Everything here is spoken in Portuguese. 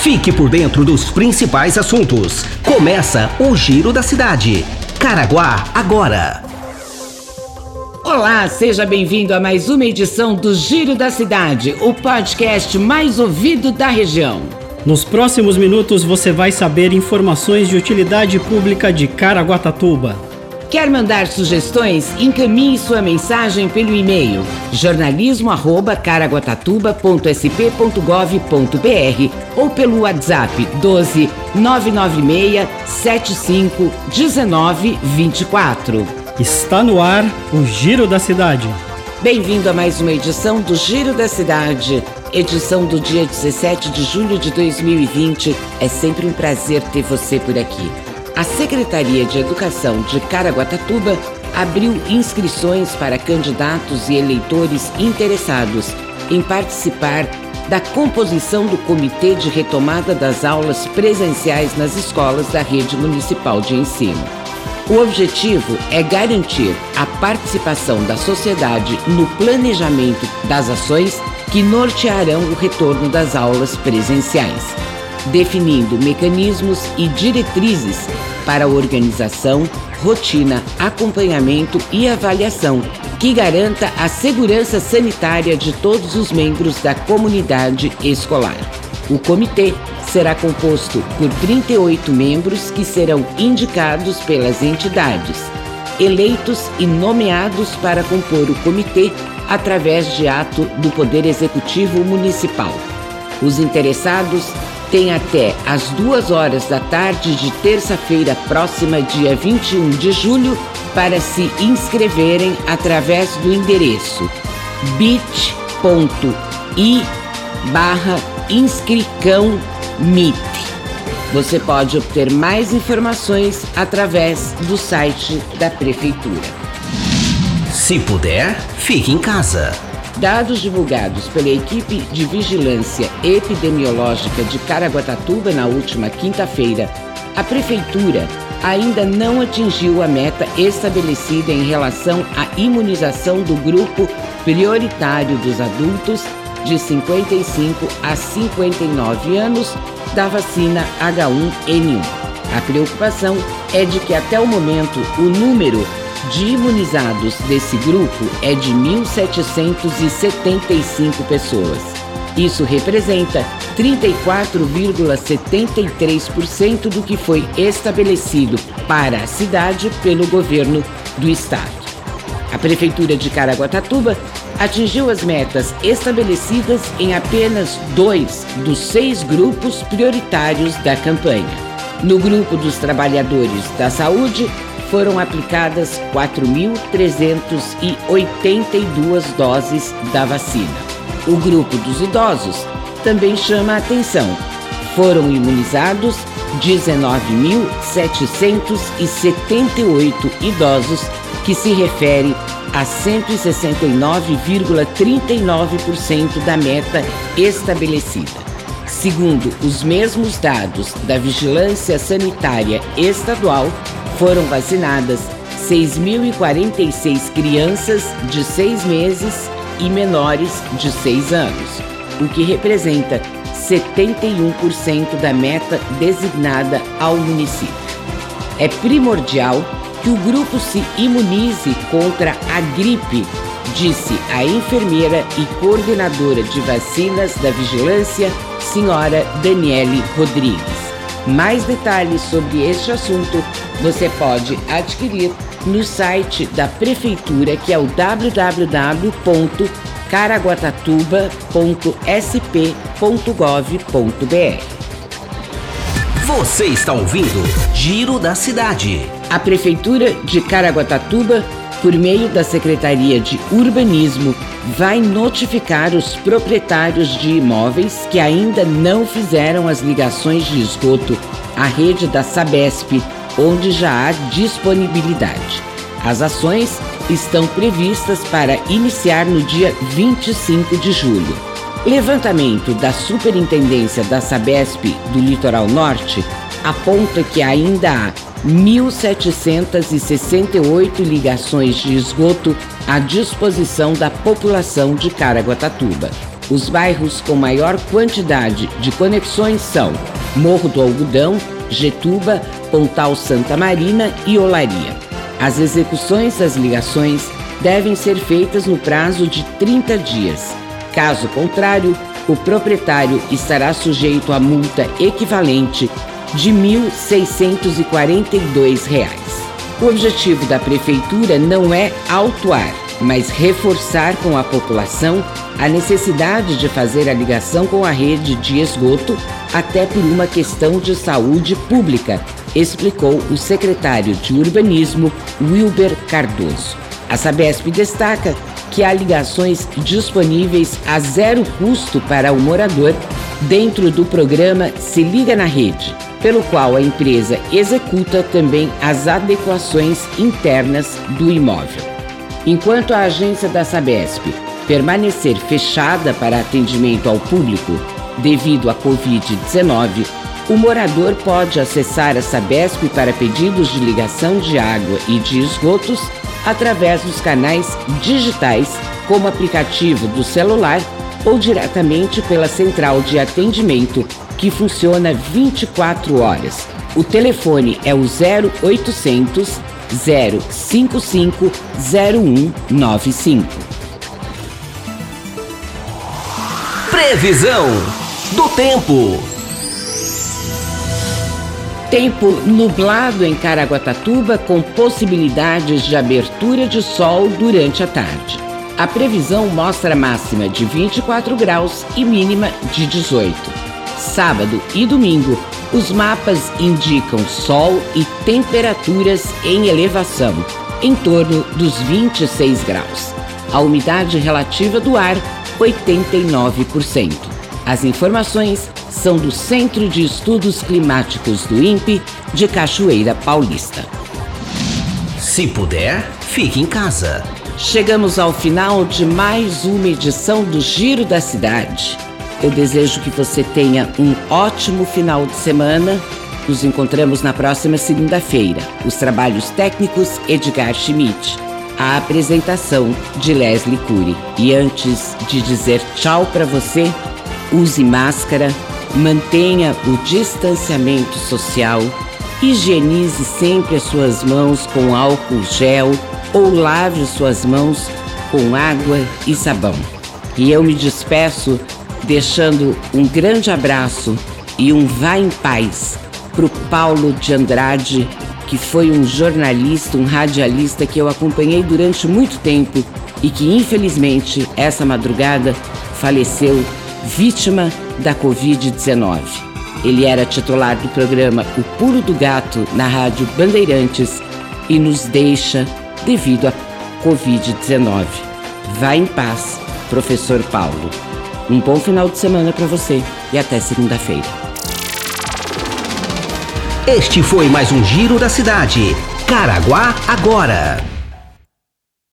Fique por dentro dos principais assuntos. Começa o Giro da Cidade. Caraguá agora. Olá, seja bem-vindo a mais uma edição do Giro da Cidade, o podcast mais ouvido da região. Nos próximos minutos você vai saber informações de utilidade pública de Caraguatatuba. Quer mandar sugestões? Encaminhe sua mensagem pelo e-mail jornalismo@caraguatatuba.sp.gov.br ou pelo WhatsApp 12 996 75 19 24. Está no ar o Giro da Cidade. Bem-vindo a mais uma edição do Giro da Cidade, edição do dia 17 de julho de 2020. É sempre um prazer ter você por aqui. A Secretaria de Educação de Caraguatatuba abriu inscrições para candidatos e eleitores interessados em participar da composição do Comitê de Retomada das Aulas Presenciais nas escolas da Rede Municipal de Ensino. O objetivo é garantir a participação da sociedade no planejamento das ações que nortearão o retorno das aulas presenciais, definindo mecanismos e diretrizes para a organização, rotina, acompanhamento e avaliação que garanta a segurança sanitária de todos os membros da comunidade escolar. O comitê será composto por 38 membros que serão indicados pelas entidades, eleitos e nomeados para compor o comitê através de ato do Poder Executivo Municipal. Os interessados têm até às 14h de terça-feira próxima, dia 21 de julho, para se inscreverem através do endereço bit.ly/inscricãomit. Você pode obter mais informações através do site da Prefeitura. Se puder, fique em casa. Dados divulgados pela equipe de vigilância epidemiológica de Caraguatatuba na última quinta-feira, a Prefeitura ainda não atingiu a meta estabelecida em relação à imunização do grupo prioritário dos adultos de 55 a 59 anos da vacina H1N1. A preocupação é de que até o momento o número de imunizados desse grupo é de 1.775 pessoas. Isso representa 34,73% do que foi estabelecido para a cidade pelo governo do estado. A Prefeitura de Caraguatatuba atingiu as metas estabelecidas em apenas 2 dos 6 grupos prioritários da campanha. No grupo dos trabalhadores da saúde, foram aplicadas 4.382 doses da vacina. O grupo dos idosos também chama a atenção. Foram imunizados 19.778 idosos, que se refere a 169,39% da meta estabelecida. Segundo os mesmos dados da Vigilância Sanitária Estadual, foram vacinadas 6.046 crianças de 6 meses e menores de 6 anos, o que representa 71% da meta designada ao município. É primordial que o grupo se imunize contra a gripe, disse a enfermeira e coordenadora de vacinas da Vigilância, senhora Daniele Rodrigues. Mais detalhes sobre este assunto você pode adquirir no site da Prefeitura, que é o www.caraguatatuba.sp.gov.br. Você está ouvindo Giro da Cidade. A Prefeitura de Caraguatatuba, por meio da Secretaria de Urbanismo, vai notificar os proprietários de imóveis que ainda não fizeram as ligações de esgoto à rede da Sabesp, onde já há disponibilidade. As ações estão previstas para iniciar no dia 25 de julho. Levantamento da Superintendência da Sabesp do Litoral Norte aponta que ainda há 1.768 ligações de esgoto à disposição da população de Caraguatatuba. Os bairros com maior quantidade de conexões são Morro do Algodão, Getuba, Pontal Santa Marina e Olaria. As execuções das ligações devem ser feitas no prazo de 30 dias. Caso contrário, o proprietário estará sujeito a multa equivalente de R$ 1.642. O objetivo da Prefeitura não é autuar, mas reforçar com a população a necessidade de fazer a ligação com a rede de esgoto, até por uma questão de saúde pública, explicou o secretário de Urbanismo, Wilber Cardoso. A Sabesp destaca que há ligações disponíveis a zero custo para o morador dentro do programa Se Liga na Rede, pelo qual a empresa executa também as adequações internas do imóvel. Enquanto a agência da Sabesp permanecer fechada para atendimento ao público devido à Covid-19, o morador pode acessar a Sabesp para pedidos de ligação de água e de esgotos através dos canais digitais, como aplicativo do celular ou diretamente pela central de atendimento, que funciona 24 horas. O telefone é o 0800 055 0195. Previsão do tempo. Tempo nublado em Caraguatatuba, com possibilidades de abertura de sol durante a tarde. A previsão mostra máxima de 24 graus e mínima de 18. Sábado e domingo, os mapas indicam sol e temperaturas em elevação, em torno dos 26 graus. A umidade relativa do ar, 89%. As informações são do Centro de Estudos Climáticos do INPE de Cachoeira Paulista. Se puder, fique em casa. Chegamos ao final de mais uma edição do Giro da Cidade. Eu desejo que você tenha um ótimo final de semana. Nos encontramos na próxima segunda-feira. Os trabalhos técnicos, Edgar Schmidt. A apresentação de Leslie Cury. E antes de dizer tchau para você, use máscara, mantenha o distanciamento social, higienize sempre as suas mãos com álcool gel ou lave suas mãos com água e sabão. E eu me despeço deixando um grande abraço e um vá em paz para o Paulo de Andrade, que foi um jornalista, um radialista que eu acompanhei durante muito tempo e que infelizmente essa madrugada faleceu vítima da Covid-19. Ele era titular do programa O Pulo do Gato na Rádio Bandeirantes e nos deixa devido à Covid-19. Vá em paz, professor Paulo. Um bom final de semana para você e até segunda-feira. Este foi mais um Giro da Cidade. Caraguá agora.